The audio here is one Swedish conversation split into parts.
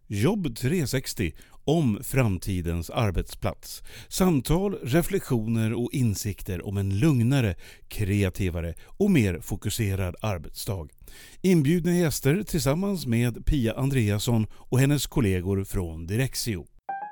Jobb 360 om framtidens arbetsplats. Samtal, reflektioner och insikter om en lugnare, kreativare och mer fokuserad arbetsdag. Inbjudna gäster tillsammans med Pia Andreasson och hennes kollegor från Direxio.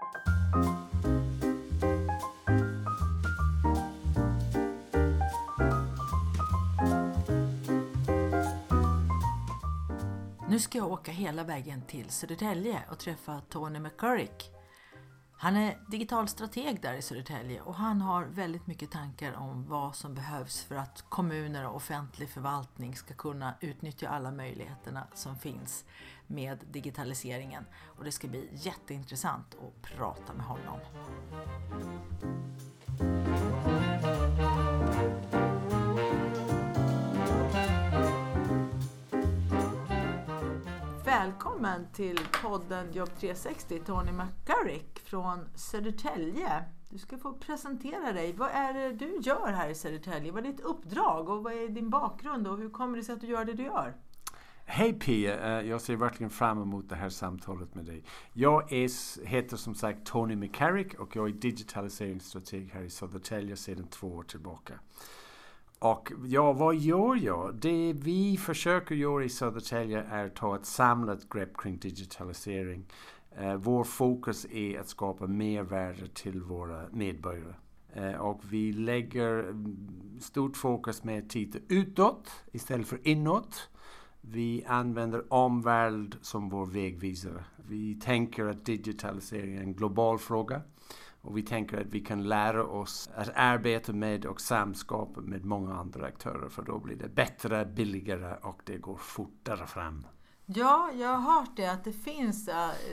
Nu ska jag åka hela vägen till Södertälje och träffa Tony McCurrick. Han är digital strateg där i Södertälje och han har väldigt mycket tankar om vad som behövs för att kommuner och offentlig förvaltning ska kunna utnyttja alla möjligheterna som finns med digitaliseringen. Och det ska bli jätteintressant att prata med honom. Välkommen till podden Jobb 360, Tony McCurrick från Södertälje. Du ska få presentera dig. Vad är det du gör här i Södertälje? Vad är ditt uppdrag och vad är din bakgrund och hur kommer det sig att du gör det du gör? Hej Pia, jag ser verkligen fram emot det här samtalet med dig. Jag heter som sagt Tony McCurrick och jag är digitaliseringsstrateg här i Södertälje sedan 2 år tillbaka. Och ja, vad gör jag? Det vi försöker göra i Södertälje är att ta ett samlat grepp kring digitalisering. Vår fokus är att skapa mer värde till våra medborgare. Och vi lägger stort fokus med att titta utåt istället för inåt. Vi använder omvärld som vår vägvisare. Vi tänker att digitalisering är en global fråga. Och vi tänker att vi kan lära oss att arbeta med och samskapa med många andra aktörer. För då blir det bättre, billigare och det går fortare fram. Ja, jag har hört det att det finns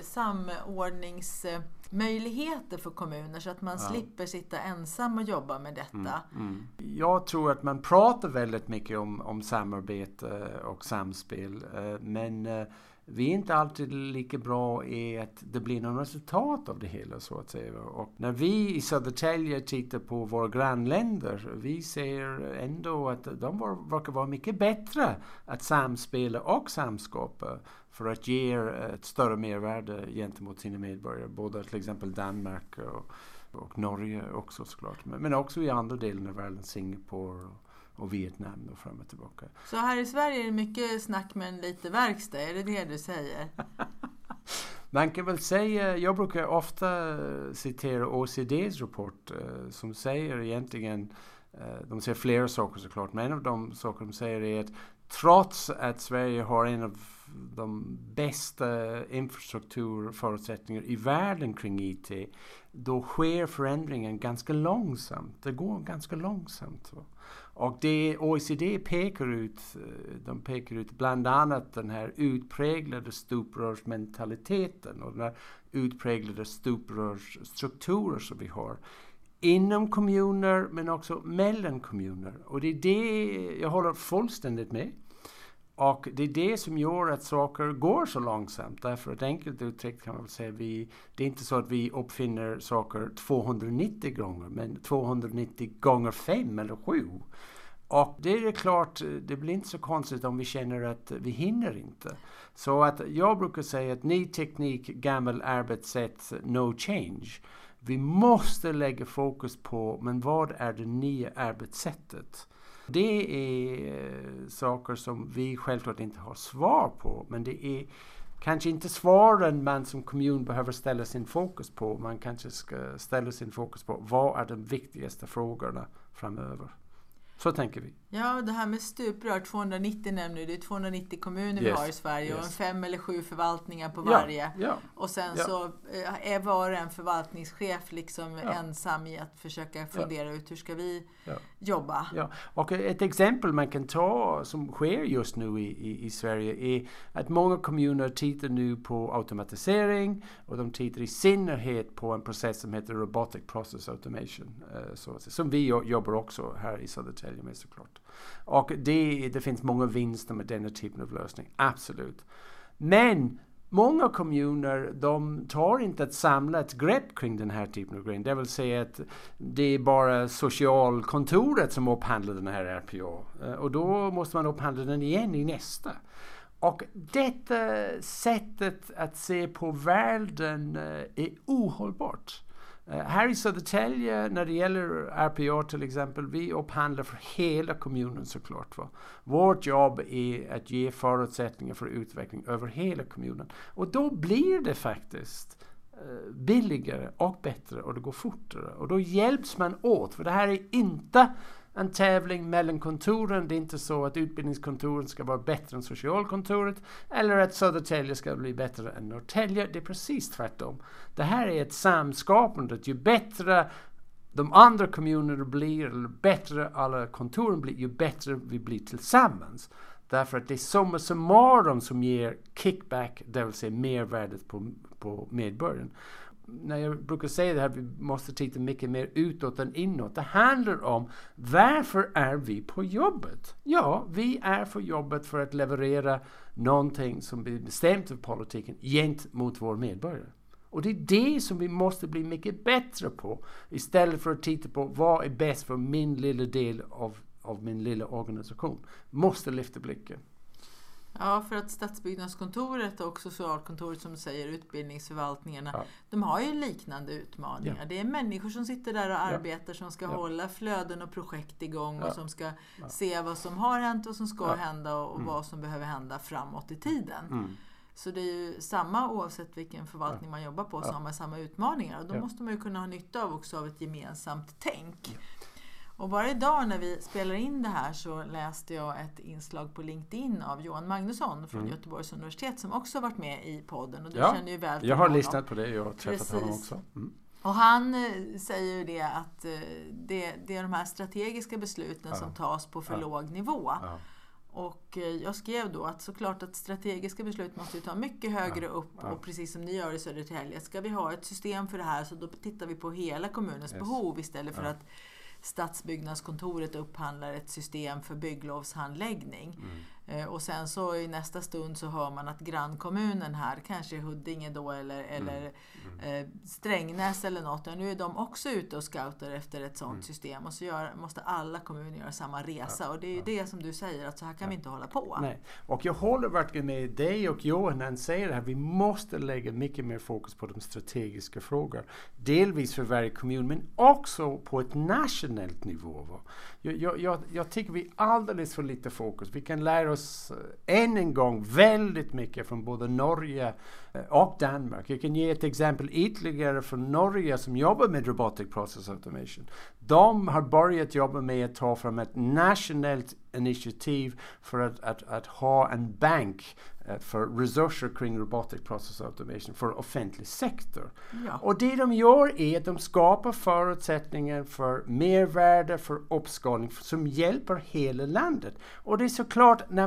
samordningsmöjligheter för kommuner så att man slipper sitta ensam och jobba med detta. Jag tror att man pratar väldigt mycket om samarbete och samspel. Men vi är inte alltid lika bra i att det blir något resultat av det hela så att säga. Och när vi i Södertälje tittar på våra grannländer, vi ser ändå att de verkar vara mycket bättre att samspela och samskapa för att ge ett större mervärde gentemot sina medborgare. Både till exempel Danmark och Norge också såklart. Men också i andra delar av världen, Singapore och Vietnam och fram och tillbaka. Så här i Sverige är det mycket snack med en lite verkstad, är det det du säger? Man kan väl säga, jag brukar ofta citera OECDs rapport som säger egentligen, de säger flera saker såklart, men en av de saker de säger är att trots att Sverige har en av de bästa infrastrukturförutsättningar i världen kring IT, då sker förändringen ganska långsamt. Det går ganska långsamt. Och det OECD pekar ut bland annat den här utpräglade stuprörsmentaliteten och den här utpräglade stuprörsstrukturer som vi har inom kommuner men också mellan kommuner. Och det är det jag håller fullständigt med. Och det är det som gör att saker går så långsamt. Därför att enkelt uttryckt kan man väl säga det är inte så att vi uppfinner saker 290 gånger, men 290 gånger 5 eller 7. Och det är klart, det blir inte så konstigt om vi känner att vi hinner inte. Så att jag brukar säga att ny teknik, gammal arbetssätt, no change. Vi måste lägga fokus på, men vad är det nya arbetssättet? Det är saker som vi självklart inte har svar på, men det är kanske inte svaren man som kommun behöver ställa sin fokus på. Man kanske ska ställa sin fokus på vad är de viktigaste frågorna framöver. Så tänker vi. Ja, det här med stuprör, 290 nämner det är 290 kommuner vi har i Sverige och 5 eller 7 förvaltningar på varje. Ja. Och sen så är var en förvaltningschef liksom ensam i att försöka fundera ut hur ska vi jobba. Ja. Och ett exempel man kan ta som sker just nu i Sverige är att många kommuner tittar nu på automatisering och de tittar i synnerhet på en process som heter Robotic Process Automation som vi jobbar också här i Södertälje med såklart. Och det finns många vinster med denna typen av lösning, absolut. Men många kommuner, de tar inte ett samlat grepp kring den här typen av grejer. Det vill säga att det är bara socialkontoret som upphandlar den här RPA. Och då måste man upphandla den igen i nästa. Och detta sättet att se på världen är ohållbart. Här i Södertälje, när det gäller RPA till exempel, vi upphandlar för hela kommunen såklart. Vårt jobb är att ge förutsättningar för utveckling över hela kommunen. Och då blir det faktiskt billigare och bättre och det går fortare. Och då hjälps man åt, för det här är inte en tävling mellan kontoren. Det är inte så att utbildningskontoren ska vara bättre än socialkontoret eller att Södertälje ska bli bättre än Norrtälje. Det är precis tvärtom. Det här är ett samskapande. Ju bättre de andra kommunerna blir, eller bättre alla kontoren blir, ju bättre vi blir tillsammans. Därför att det är summa summarum som ger kickback, det vill säga mervärdet på medborgaren. När jag brukar säga det här, vi måste titta mycket mer utåt än inåt. Det handlar om varför är vi på jobbet? Ja, vi är på jobbet för att leverera någonting som blir bestämt av politiken gentemot vår medborgare. Och det är det som vi måste bli mycket bättre på. Istället för att titta på vad är bäst för min lilla del av min lilla organisation. Måste lyfta blicken. Ja, för att stadsbyggnadskontoret och socialkontoret, som du säger, utbildningsförvaltningarna, de har ju liknande utmaningar. Ja. Det är människor som sitter där och arbetar, som ska hålla flöden och projekt igång och som ska se vad som har hänt, vad som ska hända och vad som behöver hända framåt i tiden. Så det är ju samma oavsett vilken förvaltning man jobbar på, så har man samma utmaningar. Och då måste man ju kunna ha nytta av ett gemensamt tänk. Och bara idag när vi spelar in det här så läste jag ett inslag på LinkedIn av Johan Magnusson från Göteborgs universitet, som också varit med i podden. Och du känner ju väl till jag har honom. Lyssnat på det, jag har träffat honom också. Och han säger ju det att det är de här strategiska besluten som tas på för låg nivå. Och jag skrev då att såklart att strategiska beslut måste ta mycket högre upp, och precis som ni gör i Södertälje, ska vi ha ett system för det här, så då tittar vi på hela kommunens behov istället för att stadsbyggnadskontoret upphandlar ett system för bygglovshandläggning. Och sen så i nästa stund så hör man att grannkommunen här, kanske Huddinge då eller Strängnäs eller något, nu är de också ute och scoutar efter ett sådant system, och så måste alla kommuner göra samma resa. Och det är ju det som du säger, att så här kan vi inte hålla på. Nej. Och jag håller verkligen med dig och Johan när han säger det här. Vi måste lägga mycket mer fokus på de strategiska frågor. Delvis för varje kommun, men också på ett nationellt nivå. Jag tycker vi alldeles för lite fokus. Vi kan lära oss än en gång väldigt mycket från både Norge och Danmark. Jag kan ge ett exempel ytterligare från Norge som jobbar med Robotic Process Automation. De har börjat jobba med att ta fram ett nationellt initiativ för att ha en bank för resurser kring Robotic Process Automation för offentlig sektor. Ja. Och det de gör är att de skapar förutsättningar för mervärde, för uppskalning som hjälper hela landet. Och det är såklart när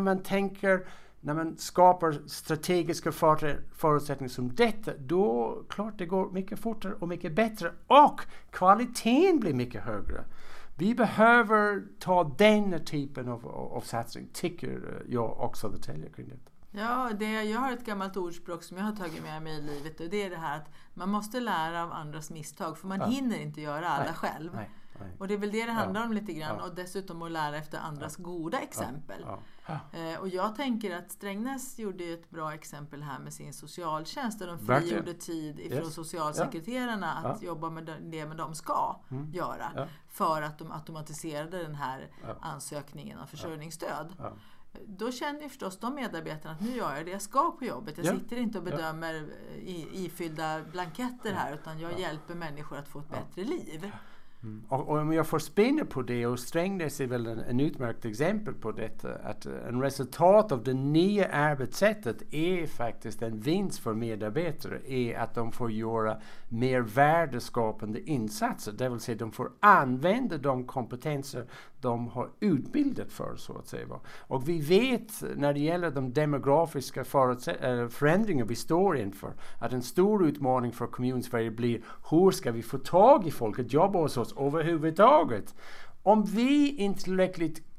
man skapar strategiska förutsättningar som detta, då klart det går mycket fortare och mycket bättre, och kvaliteten blir mycket högre. Vi behöver ta denna typen av satsning, tycker jag också Södertälje kring detta. Ja, jag har ett gammalt ordspråk som jag har tagit med mig i livet, och det är det här att man måste lära av andras misstag, för man hinner inte göra alla själv. Nej. Och det är väl det handlar om lite grann, och dessutom att lära efter andras goda exempel. Och jag tänker att Strängnäs gjorde ett bra exempel här med sin socialtjänst, där de frigjorde tid ifrån socialsekreterarna att jobba med det de ska göra, för att de automatiserade den här ansökningen av försörjningsstöd. Då känner ju förstås de medarbetarna att nu gör jag det jag ska på jobbet. Jag sitter inte och bedömer ifyllda blanketter här, utan jag hjälper människor att få ett bättre liv. Och om jag får spinna på det, och Strängnäs är väl en utmärkt exempel på detta, att en resultat av det nya arbetssättet är faktiskt en vinst för medarbetare, är att de får göra mer värdeskapande insatser, det vill säga de får använda de kompetenser de har utbildat för, så att säga. Och vi vet när det gäller de demografiska förändringar vi står inför, att en stor utmaning för Kommunsverige blir: hur ska vi få tag i folk att jobba hos oss överhuvudtaget? Om vi inte tillräckligt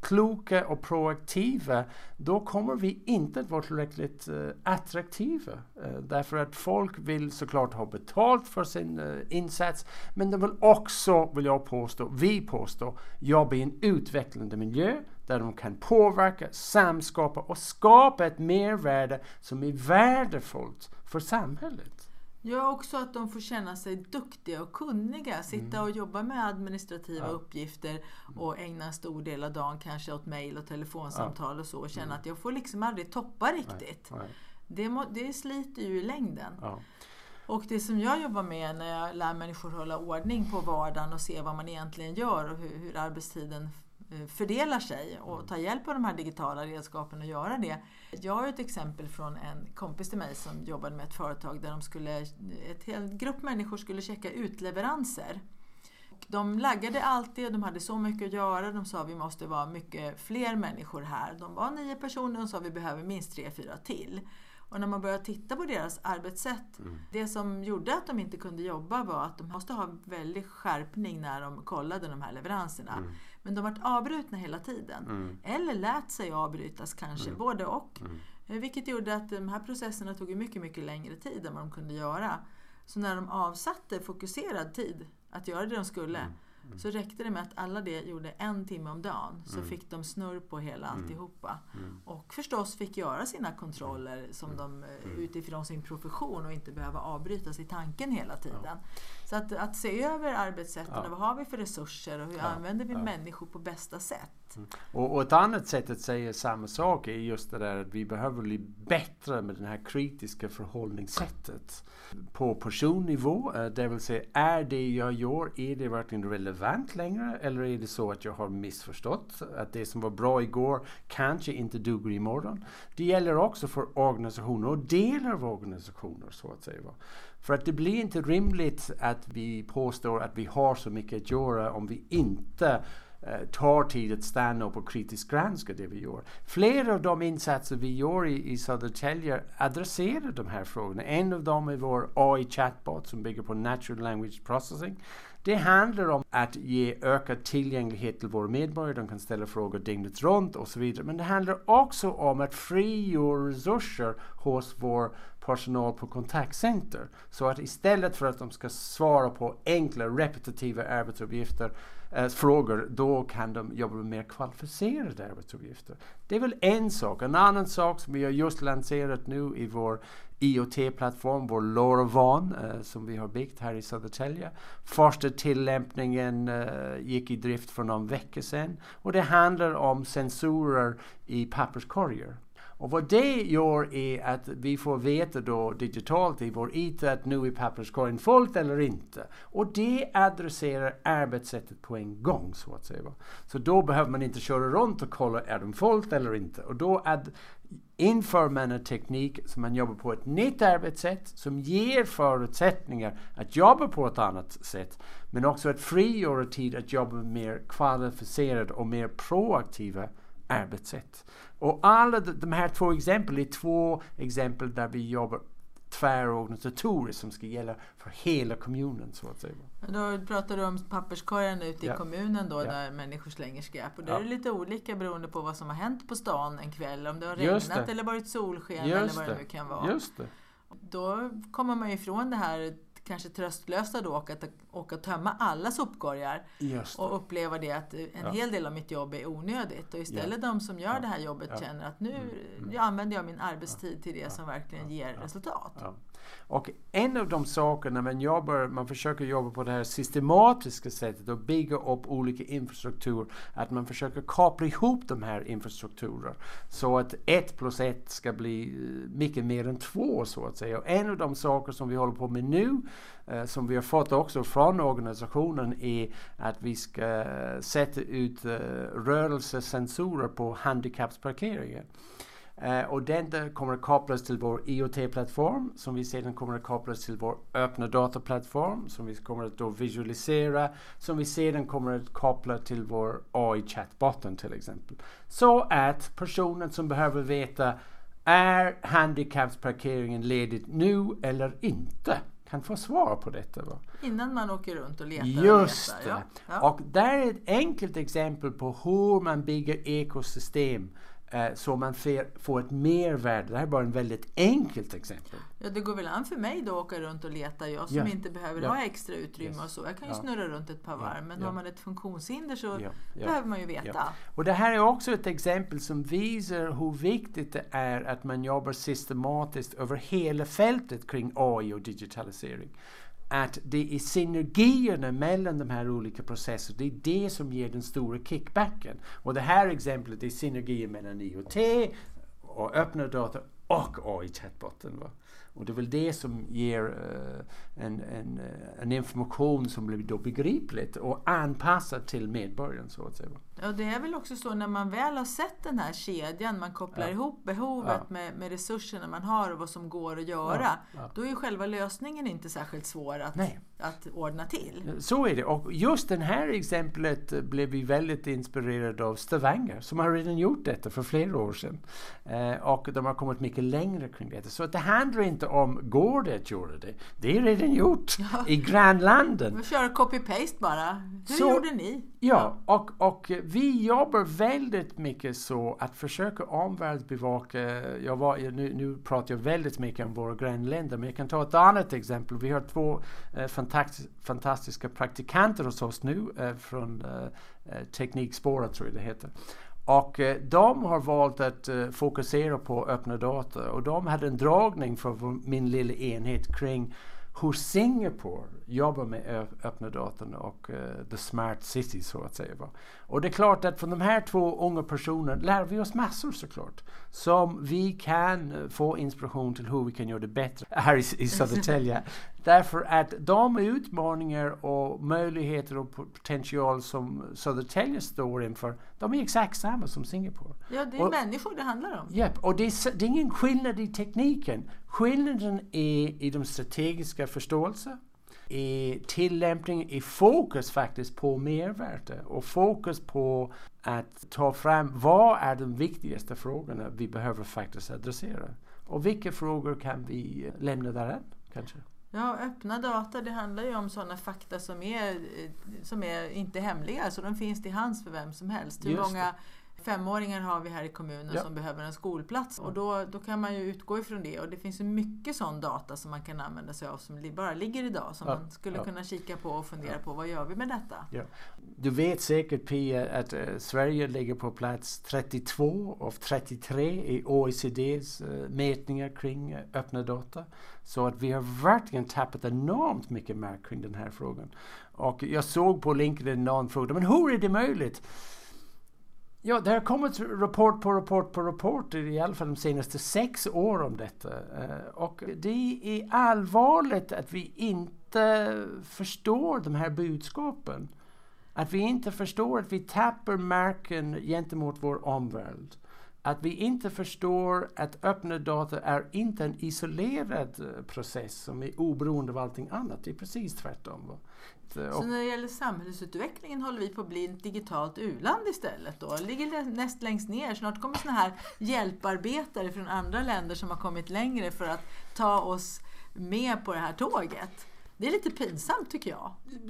kloka och proaktiva, då kommer vi inte att vara tillräckligt attraktiva. Därför att folk vill såklart ha betalt för sin insats, men de vill också, vi påstå, jobba i en utvecklande miljö där de kan påverka, samskapa och skapa ett mervärde som är värdefullt för samhället. Ja, också att de får känna sig duktiga och kunniga. Sitta och jobba med administrativa uppgifter och ägna en stor del av dagen kanske åt mejl och telefonsamtal och så. Och känna att jag får liksom aldrig toppa riktigt. Det sliter ju i längden. Ja. Och det som jag jobbar med när jag lär människor hålla ordning på vardagen och se vad man egentligen gör och hur arbetstiden fördelar sig och ta hjälp av de här digitala redskapen och göra det. Jag har ett exempel från en kompis till mig som jobbade med ett företag där ett hel grupp människor skulle checka utleveranser. De laggade alltid, de hade så mycket att göra, de sa vi måste vara mycket fler människor här. De var 9 personer och sa vi behöver minst 3-4 till. Och när man börjar titta på deras arbetssätt, det som gjorde att de inte kunde jobba var att de måste ha väldigt skärpning när de kollade de här leveranserna. Men de var avbrutna hela tiden. Eller lät sig avbrytas kanske, både och. Vilket gjorde att de här processerna tog mycket, mycket längre tid än vad de kunde göra. Så när de avsatte fokuserad tid att göra det de skulle, så räckte det med att alla det gjorde 1 timme om dagen. Så fick de snurr på hela alltihopa. Och förstås fick göra sina kontroller som de utifrån sin profession och inte behöva avbrytas i tanken hela tiden. Så att se över arbetssätten och vad har vi för resurser och hur använder vi människor på bästa sätt. Och ett annat sätt att säga samma sak är just det där att vi behöver bli bättre med det här kritiska förhållningssättet på personnivå. Det vill säga, är det jag gör, är det verkligen relevant längre? Eller är det så att jag har missförstått att det som var bra igår kanske inte duger imorgon? Det gäller också för organisationer och delar av organisationer så att säga. För att det blir inte rimligt att vi påstår att vi har så mycket att göra om vi inte tar tid att stanna upp och kritiskt granska det vi gör. Flera av de insatser vi gör i Södertälje adresserar de här frågorna. En av dem är vår AI-chatbot som bygger på Natural Language Processing. Det handlar om att ge ökad tillgänglighet till våra medborgare. De kan ställa frågor dygnet runt och så vidare. Men det handlar också om att frigöra resurser hos vår personal på kontaktcenter. Så att istället för att de ska svara på enkla repetitiva arbetsuppgifter, frågor, då kan de jobba med mer kvalificerade arbetsuppgifter. Det är väl en sak. En annan sak som vi har just lanserat nu i vår IoT-plattform, vår LoRaWAN som vi har byggt här i Södertälje. Första tillämpningen gick i drift för någon vecka sedan och det handlar om sensorer i papperskorgar. Och vad det gör är att vi får veta då digitalt i vår IT att nu är papperskorgen fullt eller inte. Och det adresserar arbetssättet på en gång så att säga. Så då behöver man inte köra runt och kolla är de fullt eller inte. Och då inför man en teknik som man jobbar på ett nytt arbetssätt som ger förutsättningar att jobba på ett annat sätt. Men också att frigöra tid att jobba med mer kvalificerade och mer proaktiva arbetssätt. Och alla de här 2 exempel är 2 exempel där vi jobbar tvärorganisatoriskt som ska gälla för hela kommunen så att säga. Då pratar du om papperskorgen ute i kommunen då där människor slänger skräp och det är lite olika beroende på vad som har hänt på stan en kväll, om det har regnat eller varit solsken eller vad det nu kan vara. Just det. Då kommer man ifrån det här kanske tröstlösa då att åka och tömma alla sopkorgar och uppleva det att en hel del av mitt jobb är onödigt och istället de som gör det här jobbet känner att nu använder jag min arbetstid till det som verkligen ger resultat. Ja. Och en av de sakerna man försöker jobba på det här systematiska sättet och bygga upp olika infrastruktur, att man försöker koppla ihop de här infrastrukturer så att 1 + 1 ska bli mycket mer än 2 så att säga. Och en av de saker som vi håller på med nu som vi har fått också från organisationen är att vi ska sätta ut rörelsesensorer på handikappsparkeringar. Och den kommer att kopplas till vår IoT-plattform som vi sedan kommer att kopplas till vår öppna dataplattform som vi kommer att då visualisera, som vi sedan kommer att koppla till vår AI-chatbotten till exempel. Så att personen som behöver veta är handikappsparkeringen ledigt nu eller inte? kan få svar på detta. Va? Innan man åker runt och letar. Just och det. letar, ja. Och där är ett enkelt exempel på hur man bygger ekosystem så man får ett mervärde. Det här är bara en väldigt enkelt exempel. Ja, det går väl an för mig då att åka runt och leta. Jag som inte behöver ha extra utrymme och så. Jag kan ju snurra runt ett par varv. Men har man ett funktionshinder så behöver man ju veta. Ja. Och det här är också ett exempel som visar hur viktigt det är att man jobbar systematiskt över hela fältet kring AI och digitalisering. Att det är synergierna mellan de här olika processerna, det är det som ger den stora kickbacken. Och det här exemplet är synergier mellan IoT och öppna data och AI-chatbotten. Va? Och det är väl det som ger en information som blir då begripligt och anpassad till medborgaren så att säga. Ja, det är väl också så när man väl har sett den här kedjan, man kopplar ihop behovet med resurserna man har och vad som går att göra, då är ju själva lösningen inte särskilt svår att ordna till. Så är det, och just det här exemplet blev vi väldigt inspirerade av Stavanger som har redan gjort detta för flera år sedan. Och de har kommit mycket längre kring detta. Så det handlar inte om går det att göra det. Det är redan gjort i grannlanden. Man kör copy-paste bara. Hur gjorde ni? Ja, och vi jobbar väldigt mycket så att försöka omvärldsbevaka. Nu pratar jag väldigt mycket om våra grannländer, men jag kan ta ett annat exempel. Vi har 2 fantastiska praktikanter hos oss nu från Teknikspåret tror jag det heter. Och de har valt att fokusera på öppna data och de hade en dragning för min lilla enhet kring hur Singapore jobbar med öppna datan och the smart city så att säga. Va? Och det är klart att från de här 2 unga personerna lär vi oss massor såklart. Som vi kan få inspiration till hur vi kan göra det bättre här i Södertälje. Därför att de utmaningar och möjligheter och potential som Södertälje står inför, de är exakt samma som Singapore. Ja, det är människor det handlar om. Ja, och det är ingen skillnad i tekniken. Skillnaden är i de strategiska förståelser, i tillämpning, i fokus faktiskt på mervärde och fokus på att ta fram vad är de viktigaste frågorna vi behöver faktiskt adressera. Och vilka frågor kan vi lämna där kanske? Ja, öppna data, det handlar ju om sådana fakta som är inte hemliga, så de finns till hands för vem som helst. Hur många 5-åringar har vi här i kommunen som behöver en skolplats? Och då kan man ju utgå ifrån det. Och det finns ju mycket sån data som man kan använda sig av som bara ligger idag. Som man skulle kunna kika på och fundera på, vad gör vi med detta? Ja. Du vet säkert, Pia, att Sverige ligger på plats 32 av 33 i OECDs mätningar kring öppna data. Så att vi har verkligen tappat enormt mycket mark kring den här frågan. Och jag såg på LinkedIn någon fråga, men hur är det möjligt? Ja, det har kommit rapport i alla fall de senaste 6 åren om detta. Och det är allvarligt att vi inte förstår de här budskapen. Att vi inte förstår att vi tappar marken gentemot vår omvärld. Att vi inte förstår att öppna data är inte en isolerad process som är oberoende av allting annat. Det är precis tvärtom. Va? Så när det gäller samhällsutvecklingen håller vi på att bli ett digitalt u-land istället då? Ligger näst längst ner. Snart kommer såna här hjälparbetare från andra länder som har kommit längre för att ta oss med på det här tåget. Det är lite pinsamt tycker jag.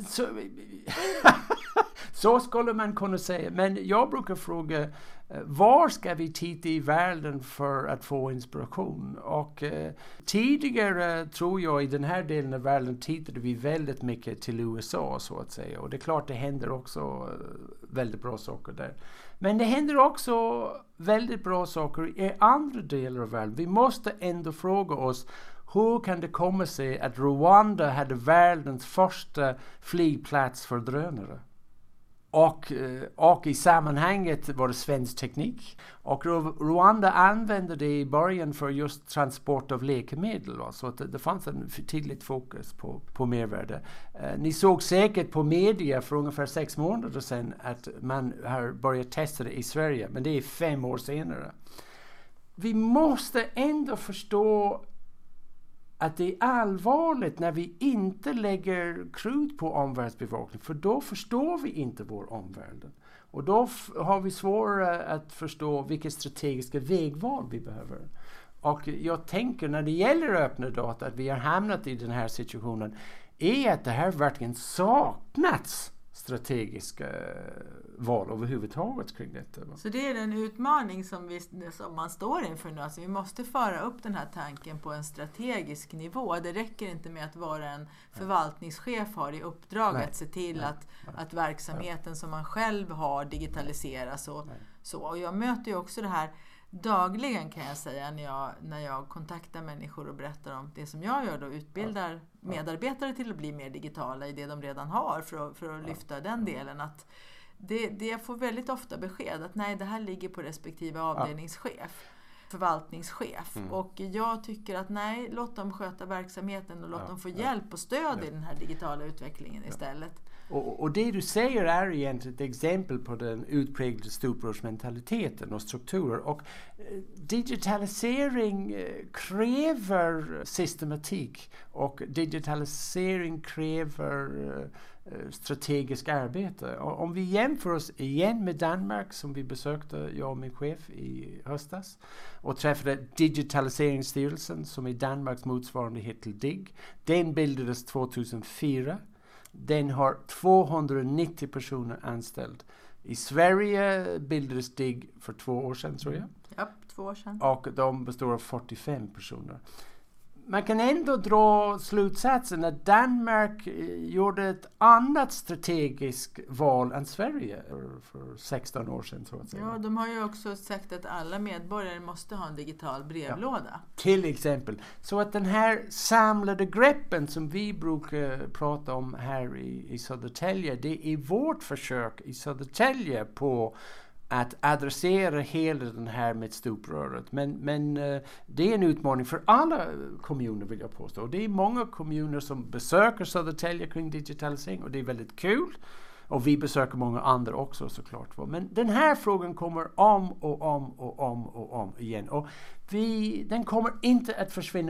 Så skulle man kunna säga. Men jag brukar fråga, var ska vi titta i världen för att få inspiration? Och tidigare tror jag i den här delen av världen tittade vi väldigt mycket till USA så att säga. Och det är klart det händer också väldigt bra saker där. Men det händer också väldigt bra saker i andra delar av världen. Vi måste ändå fråga oss, hur kan det komma sig att Rwanda hade världens första flygplats för drönare? Och i sammanhanget var det svensk teknik. Och Rwanda använde det i början för just transport av läkemedel. Så att det fanns en tydligt fokus på mervärde. Ni såg säkert på media för ungefär 6 månader sedan att man har börjat testa det i Sverige. Men det är 5 år senare. Vi måste ändå förstå att det är allvarligt när vi inte lägger krut på omvärldsbevakning, för då förstår vi inte vår omvärld. Och då har vi svårare att förstå vilka strategiska vägval vi behöver. Och jag tänker när det gäller öppna data att vi har hamnat i den här situationen är att det här verkligen saknats strategiska val överhuvudtaget kring detta. Så det är en utmaning som man står inför nu. Alltså vi måste föra upp den här tanken på en strategisk nivå. Det räcker inte med att vara en förvaltningschef har i uppdrag att se till att verksamheten som man själv har digitaliseras och så. Och jag möter ju också det här dagligen kan jag säga när jag kontaktar människor och berättar om det som jag gör då, utbildar medarbetare till att bli mer digitala i det de redan har för att lyfta den delen. Att jag får väldigt ofta besked att nej, det här ligger på respektive avdelningschef, förvaltningschef. Och jag tycker att nej, låt dem sköta verksamheten och låt dem få hjälp och stöd i den här digitala utvecklingen istället. Och det du säger är egentligen ett exempel på den utpräglade stuprörsmentaliteten och strukturer. Och digitalisering kräver systematik och digitalisering kräver strategiskt arbete. Om vi jämför oss igen med Danmark som vi besökte, jag och min chef i höstas och träffade Digitaliseringsstyrelsen som är Danmarks motsvarighet till DIGG. Den bildades 2004. Den har 290 personer anställd. I Sverige bildades DIGG för 2 år sedan tror jag. Ja, 2 år sedan. Och de består av 45 personer. Man kan ändå dra slutsatsen att Danmark gjorde ett annat strategiskt val än Sverige för 16 år sedan. Så att säga. Ja, de har ju också sagt att alla medborgare måste ha en digital brevlåda. Ja, till exempel. Så att den här samlade greppen som vi brukar prata om här i Södertälje, det är vårt försök i Södertälje på att adressera hela den här med stupröret. Men det är en utmaning för alla kommuner vill jag påstå. Och det är många kommuner som besöker Södertälje kring digitalisering och det är väldigt kul. Och vi besöker många andra också såklart. Men den här frågan kommer om igen. Och den kommer inte att försvinna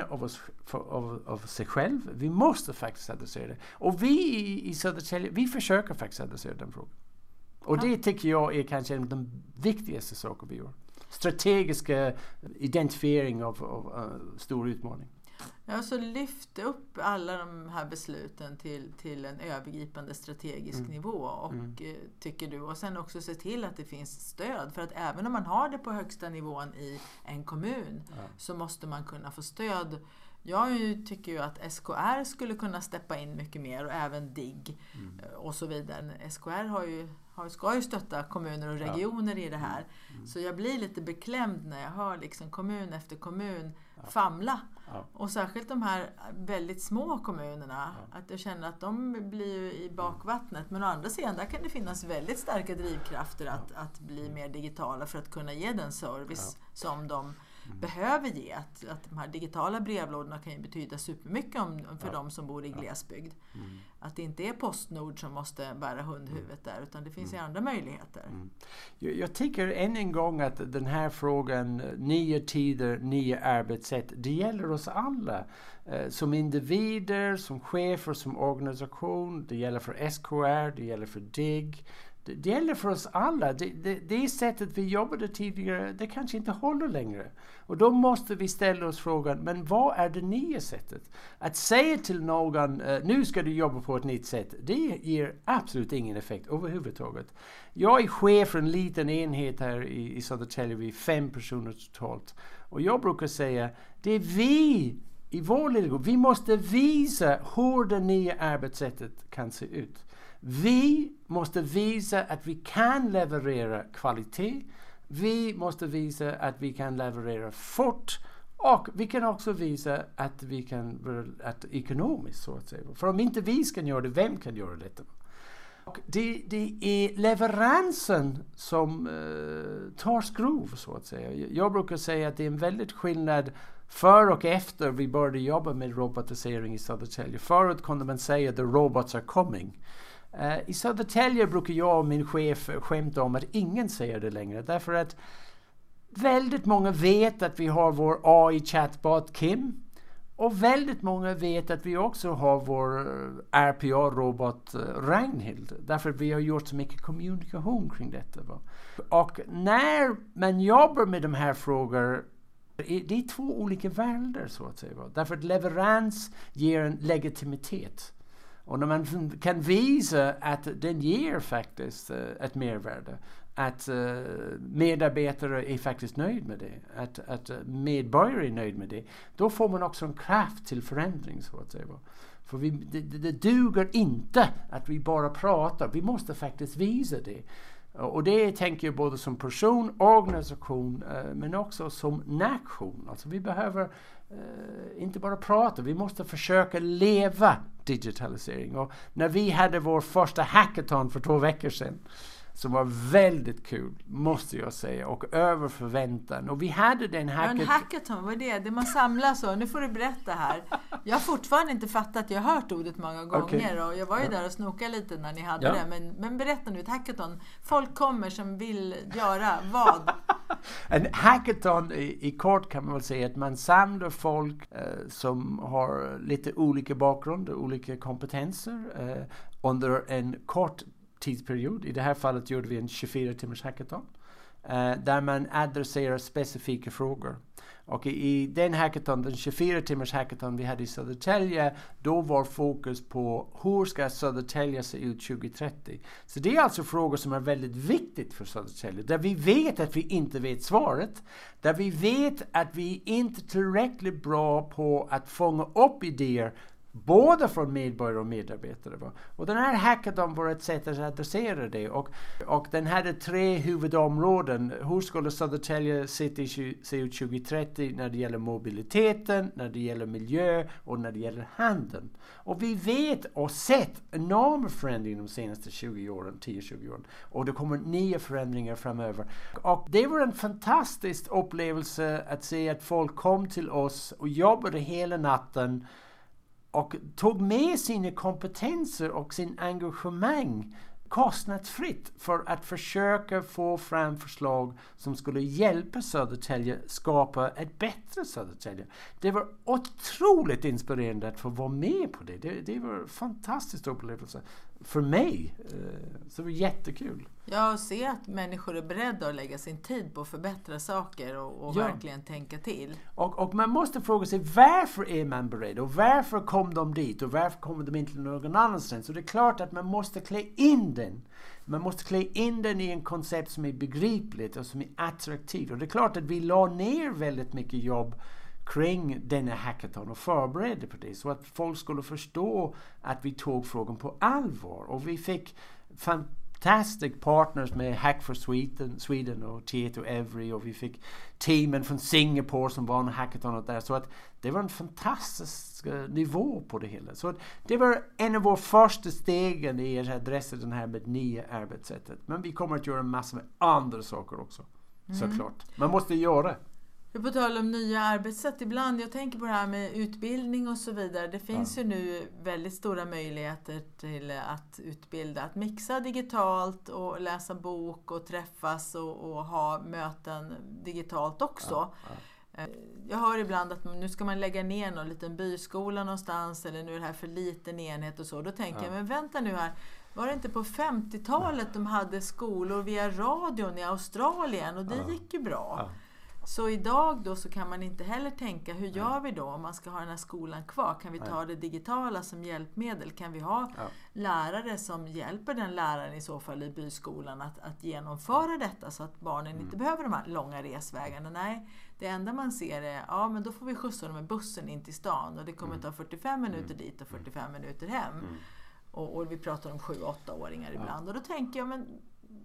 av sig själv. Vi måste faktiskt adressera det. Och vi i Södertälje, vi försöker faktiskt adressera den frågan. Och det tycker jag är kanske en av de viktigaste saker vi gör. Strategiska identifiering av stor utmaning. Ja, så lyft upp alla de här besluten till en övergripande strategisk nivå och tycker du. Och sen också se till att det finns stöd. För att även om man har det på högsta nivån i en kommun så måste man kunna få stöd. Jag tycker ju att SKR skulle kunna steppa in mycket mer och även DIGG och så vidare. SKR ska ju stötta kommuner och regioner i det här. Så jag blir lite beklämd när jag hör liksom kommun efter kommun famla. Och särskilt de här väldigt små kommunerna. Att jag känner att de blir i bakvattnet. Men å andra sidan, där kan det finnas väldigt starka drivkrafter att bli mer digitala för att kunna ge den service som de behöver ge. Att de här digitala brevlådorna kan ju betyda supermycket för de som bor i glesbygd. Att det inte är Postnord som måste bära hundhuvudet där, utan det finns ju andra möjligheter. Jag tycker än en gång att den här frågan, nya tider, nya arbetssätt, det gäller oss alla. Som individer, som chefer, som organisation, det gäller för SKR, det gäller för DIGG. Det gäller för oss alla. Det sättet vi jobbade tidigare, det kanske inte håller längre. Och då måste vi ställa oss frågan, men vad är det nya sättet? Att säga till någon, nu ska du jobba på ett nytt sätt, det ger absolut ingen effekt överhuvudtaget. Jag är chef för en liten enhet här i Södertälje, vi är 5 personer totalt. Och jag brukar säga, det är vi i vår lilla grupp, vi måste visa hur det nya arbetssättet kan se ut. Vi måste visa att vi kan leverera kvalitet. Vi måste visa att vi kan leverera fort. Och vi kan också visa att vi kan ekonomiskt så att säga. För om inte vi ska göra det, vem kan göra detta? Och det är leveransen som tar skruv så att säga. Jag brukar säga att det är en väldigt skillnad för och efter vi började jobba med robotisering i Södertälje. Förut kunde man säga the robots are coming. I Södertälje brukar jag och min chef skämta om att ingen säger det längre. Därför att väldigt många vet att vi har vår AI-chatbot Kim. Och väldigt många vet att vi också har vår RPA-robot Ragnhild. Därför att vi har gjort så mycket kommunikation kring detta. Och när man jobbar med de här frågorna Det är två olika världar så att säga. Därför att leverans ger en legitimitet. Och när man kan visa att den ger faktiskt ett mervärde, att medarbetare är faktiskt nöjd med det, att medborgare är nöjd med det, då får man också en kraft till förändring så att säga. För det duger inte att vi bara pratar, vi måste faktiskt visa det. Och det tänker jag både som person, organisation, men också som nation. Alltså vi behöver inte bara prata, vi måste försöka leva digitalisering. Och när vi hade vår första hackathon för 2 veckor sedan, som var väldigt kul, måste jag säga, och över förväntan. Och vi hade den hackathon. En hackathon, vad är det? Det man samlar så. Nu får du berätta här. Jag har fortfarande inte fattat, jag har hört ordet många gånger och jag var ju där och snokade lite när ni hade det. Men berätta nu, ett hackathon. Folk kommer som vill göra vad? En hackathon i kort kan man väl säga att man samlar folk som har lite olika bakgrund och olika kompetenser under en kort tidsperiod. I det här fallet gjorde vi en 24 timmars hackathon där man adresserar specifika frågor. Och i den hackathon, den 24 timmars hackathon vi hade i Södertälje, då var fokus på hur ska Södertälje se ut 2030. Så det är alltså frågor som är väldigt viktigt för Södertälje, där vi vet att vi inte vet svaret, där vi vet att vi inte är tillräckligt bra på att fånga upp idéer både från medborgare och medarbetare. Och den här hackathon var ett sätt att adressera det. Och den hade 3 huvudområden. Hur skulle Södertälje se ut 2030 när det gäller mobiliteten, när det gäller miljö och när det gäller handeln. Och vi vet och sett enorma förändringar de senaste 10-20 åren. Och det kommer nya förändringar framöver. Och det var en fantastisk upplevelse att se att folk kom till oss och jobbade hela natten och tog med sina kompetenser och sin engagemang kostnadsfritt för att försöka få fram förslag som skulle hjälpa Södertälje skapa ett bättre Södertälje. Det var otroligt inspirerande att få vara med på det. Det var en fantastisk upplevelse för mig. Så det var jättekul. Ja, och se att människor är beredda att lägga sin tid på att förbättra saker och verkligen tänka till. Och man måste fråga sig, varför är man beredd? Och varför kom de dit? Och varför kommer de inte någon annanstans? Så det är klart att man måste klä in den. Man måste klä in den i en koncept som är begripligt och som är attraktivt. Och det är klart att vi la ner väldigt mycket jobb kring denna hackathon och förberedde på det. Så att folk skulle förstå att vi tog frågan på allvar. Och vi fick fantastic partners med Hack for Sweden och Tieto Every, och vi fick teamen från Singapore som var en hackathon och där. Så att det var en fantastisk nivå på det hela. Så att det var en av våra första stegen i att adressa den här med nya arbetssättet. Men vi kommer att göra en massa med andra saker också. Såklart. Man måste göra. På tal om nya arbetssätt ibland, jag tänker på det här med utbildning och så vidare. Det finns ju nu väldigt stora möjligheter till att utbilda, att mixa digitalt och läsa bok och träffas och ha möten digitalt också. Jag hör ibland att nu ska man lägga ner någon liten byskola någonstans, eller nu är det här för liten enhet och så. Då tänker jag, men vänta nu här. Var det inte på 50-talet de hade skolor via radion i Australien och det gick ju bra. Så idag då så kan man inte heller tänka, hur gör vi då om man ska ha den här skolan kvar? Kan vi ta det digitala som hjälpmedel? Kan vi ha lärare som hjälper den läraren i så fall i byskolan att genomföra detta så att barnen inte behöver de här långa resvägarna? Nej, det enda man ser är, men då får vi skjutsa dem med bussen in till stan och det kommer ta 45 minuter dit och 45 minuter hem. Och vi pratar om 7-8-åringar ibland. Och då tänker jag, men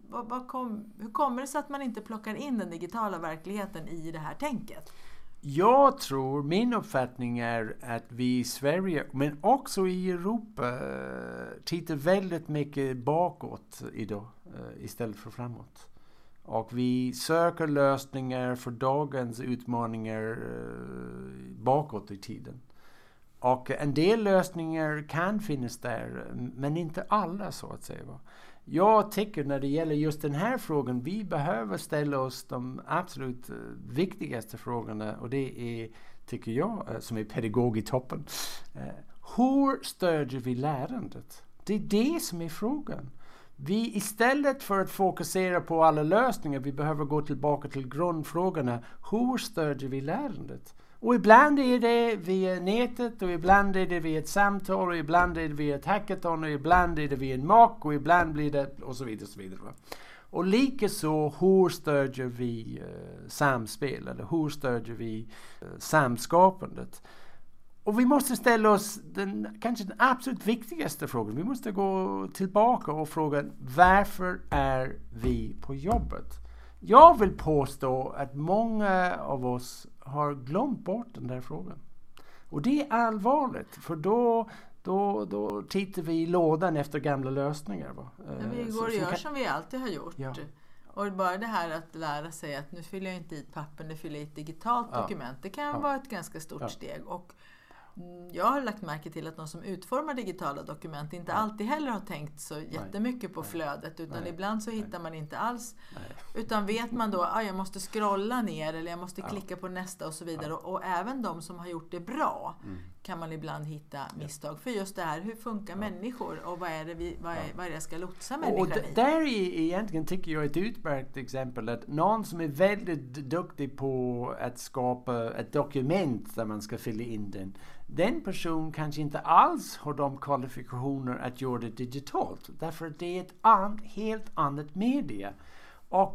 hur kommer det sig att man inte plockar in den digitala verkligheten i det här tänket? Jag tror, min uppfattning är att vi i Sverige, men också i Europa, tittar väldigt mycket bakåt idag istället för framåt. Och vi söker lösningar för dagens utmaningar bakåt i tiden. Och en del lösningar kan finnas där, men inte alla så att säga. Jag tycker när det gäller just den här frågan, vi behöver ställa oss de absolut viktigaste frågorna, och det är, tycker jag, som är pedagog i toppen. Hur stödjer vi lärandet? Det är det som är frågan. Vi istället för att fokusera på alla lösningar, vi behöver gå tillbaka till grundfrågorna. Hur stödjer vi lärandet? Och ibland är det via nätet, och ibland är det via ett samtal, och ibland är det via ett hackathon, och ibland är det via en mock, och ibland blir det och så vidare. Och så vidare. Och likaså, hur stödjer vi samspel, eller hur stödjer vi samskapandet? Och vi måste ställa oss kanske den absolut viktigaste frågan. Vi måste gå tillbaka och fråga, varför är vi på jobbet? Jag vill påstå att många av oss har glömt bort den där frågan. Och det är allvarligt, för då tittar vi i lådan efter gamla lösningar. Va? Vi går och gör som vi alltid har gjort. Ja. Och bara det här att lära sig att nu fyller jag inte i ett papper, nu fyller jag i ett digitalt dokument. Det kan vara ett ganska stort steg. Och jag har lagt märke till att de som utformar digitala dokument inte alltid heller har tänkt så jättemycket på flödet, utan ibland så hittar man inte alls, utan vet man då jag måste scrolla ner eller jag måste klicka på nästa och så vidare, och även de som har gjort det bra kan man ibland hitta misstag, för just det här, hur funkar människor och vad är det jag ska lotsa människan i? Och där är egentligen, tycker jag, ett utmärkt exempel att någon som är väldigt duktig på att skapa ett dokument där man ska fylla in den person kanske inte alls har de kvalifikationer att göra det digitalt. Därför att det är ett helt annat media. Och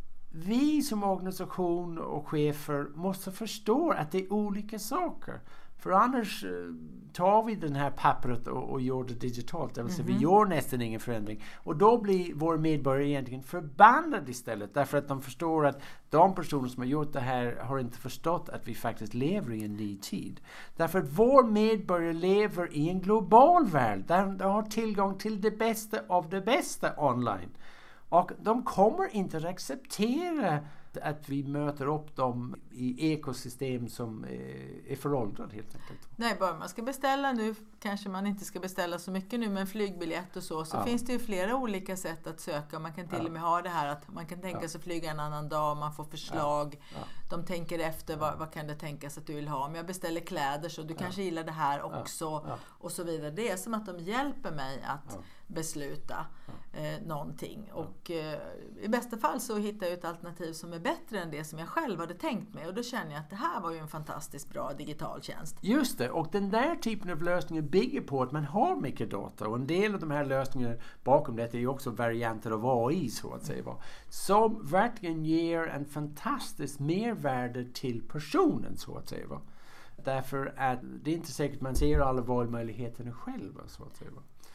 vi som organisation och chefer måste förstå att det är olika saker. För annars tar vi den här pappret och gör det digitalt. Det vill säga vi gör nästan ingen förändring. Och då blir våra medborgare egentligen förbannade istället. Därför att de förstår att de personer som har gjort det här har inte förstått att vi faktiskt lever i en ny tid. Därför att vår medborgare lever i en global värld. Där de har tillgång till det bästa av det bästa online. Och de kommer inte att acceptera att vi möter upp dem i ekosystem som är föråldrad helt enkelt. Nej, bara man ska beställa nu, kanske man inte ska beställa så mycket nu, men flygbiljett och så finns det ju flera olika sätt att söka. Man kan till och med ha det här att man kan tänka sig flyga en annan dag, man får förslag. De tänker efter, vad kan det tänkas att du vill ha? Om jag beställer kläder så du kanske gillar det här också och så vidare. Det är som att de hjälper mig att besluta någonting. Och i bästa fall så hittar jag ett alternativ som är bättre än det som jag själv hade tänkt mig. Och då känner jag att det här var ju en fantastiskt bra digital tjänst. Just det, och den där typen av lösningar bygger på att man har mycket data. Och en del av de här lösningarna bakom det är ju också varianter av AI, så att säga. Som verkligen ger en fantastisk mervärde till personen, så att säga. Därför att det är inte säkert man ser alla valmöjligheterna själva, så att säga.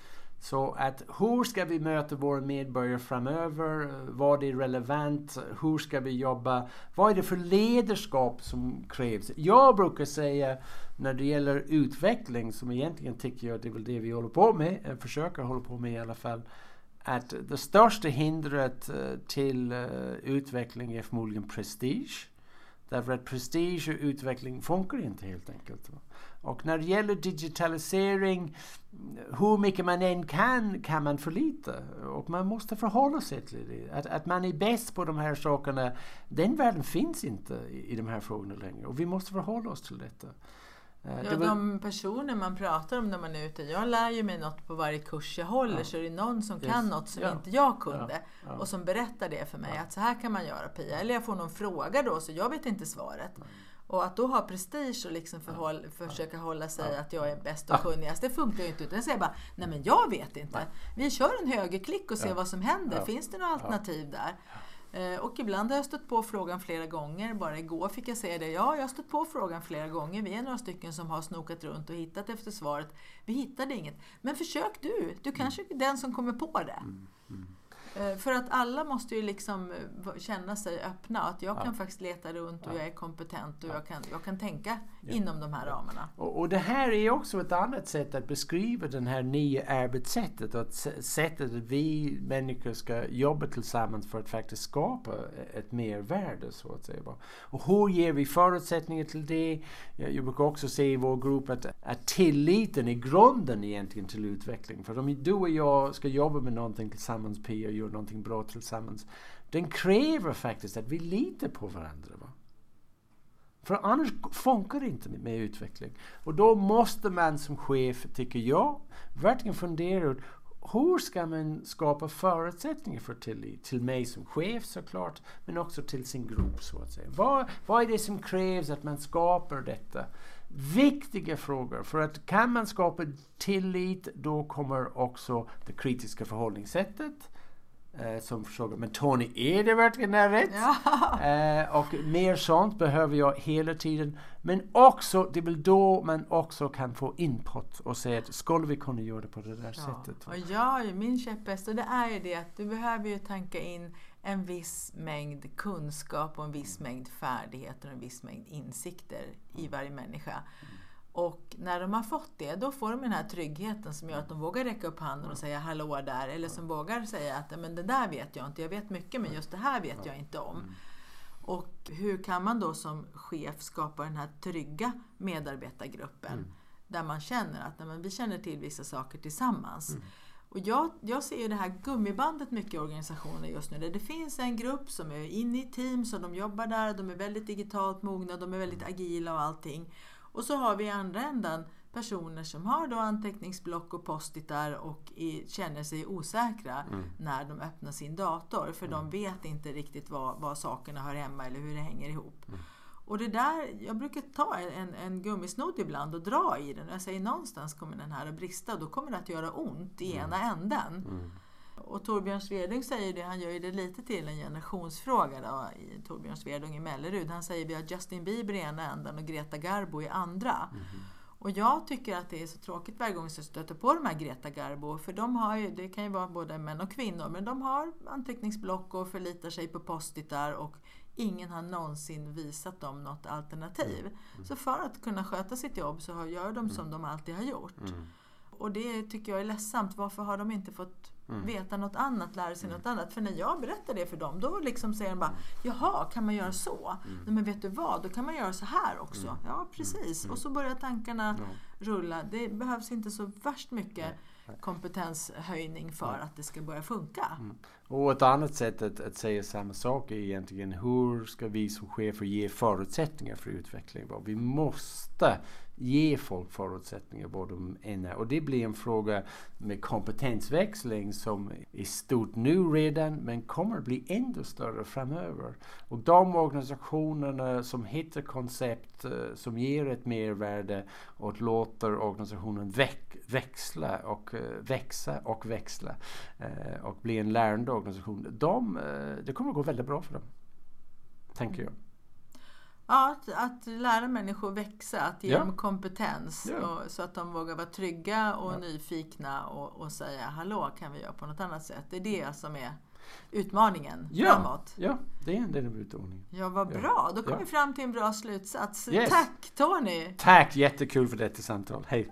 Så att hur ska vi möta våra medborgare framöver? Vad är relevant? Hur ska vi jobba? Vad är det för ledarskap som krävs? Jag brukar säga när det gäller utveckling, som egentligen tycker jag det är väl det vi håller på med, försöker hålla på med i alla fall, att det största hindret till utveckling är förmodligen prestige. Därför att prestige och utveckling funkar inte helt enkelt. Och när det gäller digitalisering, hur mycket man än kan man förlita. Och man måste förhålla sig till det. Att man är bäst på de här sakerna, den världen finns inte i de här frågorna längre. Och vi måste förhålla oss till detta. De personer man pratar om när man är ute, jag lär ju mig något på varje kurs jag håller, så är det någon som kan något som inte jag kunde och som berättar det för mig, att så här kan man göra, Pia, eller jag får någon fråga då så jag vet inte svaret. Och att då ha prestige och liksom försöka hålla sig att jag är bäst och kunnigast, det funkar ju inte. Utan jag säger bara, nej men jag vet inte. Vi kör en högerklick och ser vad som händer. Finns det några alternativ där? Och ibland har jag stött på frågan flera gånger. Bara igår fick jag säga det. Ja, jag har stött på frågan flera gånger. Vi är några stycken som har snokat runt och hittat efter svaret. Vi hittade inget. Men försök du. Du kanske är den som kommer på det. För att alla måste ju liksom känna sig öppna. Att jag kan faktiskt leta runt och jag är kompetent och jag kan tänka inom de här ramarna. Och det här är också ett annat sätt att beskriva den här nya arbetssättet. Och sättet att vi människor ska jobba tillsammans för att faktiskt skapa ett mervärde, så att säga. Och hur ger vi förutsättningar till det? Jag brukar också se i vår grupp att tilliten är grunden egentligen till utveckling. För om du och jag ska jobba med någonting tillsammans, Pia, och göra någonting bra tillsammans, den kräver faktiskt att vi litar på varandra. För annars funkar det inte med utveckling. Och då måste man som chef, tycker jag, verkligen fundera ut hur ska man skapa förutsättningar för tillit? Till mig som chef såklart, men också till sin grupp så att säga. Vad är det som krävs att man skapar detta? Viktiga frågor, för att kan man skapa tillit, då kommer också det kritiska förhållningssättet som frågar, men Tony, är det verkligen rätt? Ja. Och mer sånt behöver jag hela tiden. Men också, det är väl då man också kan få input och säga att skulle vi kunna göra det på det där sättet? Och jag har ju min käpphäst, och det är ju det att du behöver ju tanka in en viss mängd kunskap och en viss mängd färdigheter och en viss mängd insikter i varje människa. Och när de har fått det, då får de den här tryggheten som gör att de vågar räcka upp handen och säga hallå där. Eller som vågar säga att men det där vet jag inte, jag vet mycket men just det här vet jag inte om. Och hur kan man då som chef skapa den här trygga medarbetargruppen där man känner att men vi känner till vissa saker tillsammans. Och jag ser ju det här gummibandet mycket i organisationer just nu. Där det finns en grupp som är inne i team, så de jobbar där, de är väldigt digitalt mogna, de är väldigt agila och allting. Och så har vi i andra ändan personer som har då anteckningsblock och post-itar och känner sig osäkra när de öppnar sin dator. För de vet inte riktigt vad sakerna hör hemma eller hur det hänger ihop. Och det där, jag brukar ta en gummisnodd ibland och dra i den. Jag säger någonstans kommer den här att brista och då kommer det att göra ont i ena änden. Och Torbjörn Svedung säger det, han gör ju det lite till en generationsfråga då, i Torbjörn Svedung i Mellerud. Han säger vi har Justin Bieber i ena änden och Greta Garbo i andra. Och jag tycker att det är så tråkigt varje gång jag stöter på de här Greta Garbo. För de har ju, det kan ju vara både män och kvinnor, men de har anteckningsblock och förlitar sig på post-itar och ingen har någonsin visat dem något alternativ. Så för att kunna sköta sitt jobb så gör de som de alltid har gjort. Och det tycker jag är ledsamt. Varför har de inte fått veta något annat, lära sig något annat? För när jag berättar det för dem, då liksom säger de bara, jaha, kan man göra så? Nej, men vet du vad, då kan man göra så här också. Ja, precis. Och så börjar tankarna rulla. Det behövs inte så värst mycket kompetenshöjning för att det ska börja funka. Och ett annat sätt att säga samma sak är egentligen, hur ska vi som chefer ge förutsättningar för utveckling? Vi måste ge folk förutsättningar både ena. Och det blir en fråga med kompetensväxling som är stort nu redan men kommer att bli ännu större framöver. Och de organisationerna som hittar koncept som ger ett mervärde och låter organisationen växla och växa och växla och bli en lärande organisation, det kommer att gå väldigt bra för dem, tänker jag. Ja, att lära människor växa, att ge dem kompetens så att de vågar vara trygga och nyfikna och säga hallå, kan vi göra på något annat sätt? Det är det som är utmaningen framåt. Ja, det är en del av utmaningen. Ja, vad bra. Då kom vi fram till en bra slutsats. Yes. Tack Tony! Tack, jättekul för detta samtal. Hej!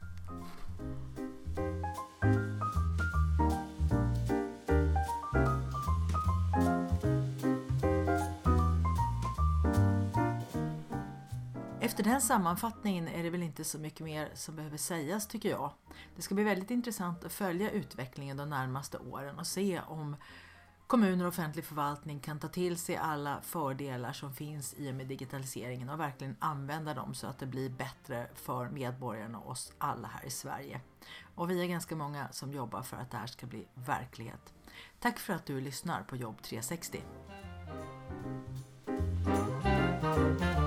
Efter den sammanfattningen är det väl inte så mycket mer som behöver sägas, tycker jag. Det ska bli väldigt intressant att följa utvecklingen de närmaste åren och se om kommuner och offentlig förvaltning kan ta till sig alla fördelar som finns i och med digitaliseringen och verkligen använda dem så att det blir bättre för medborgarna och oss alla här i Sverige. Och vi är ganska många som jobbar för att det här ska bli verklighet. Tack för att du lyssnar på Jobb 360.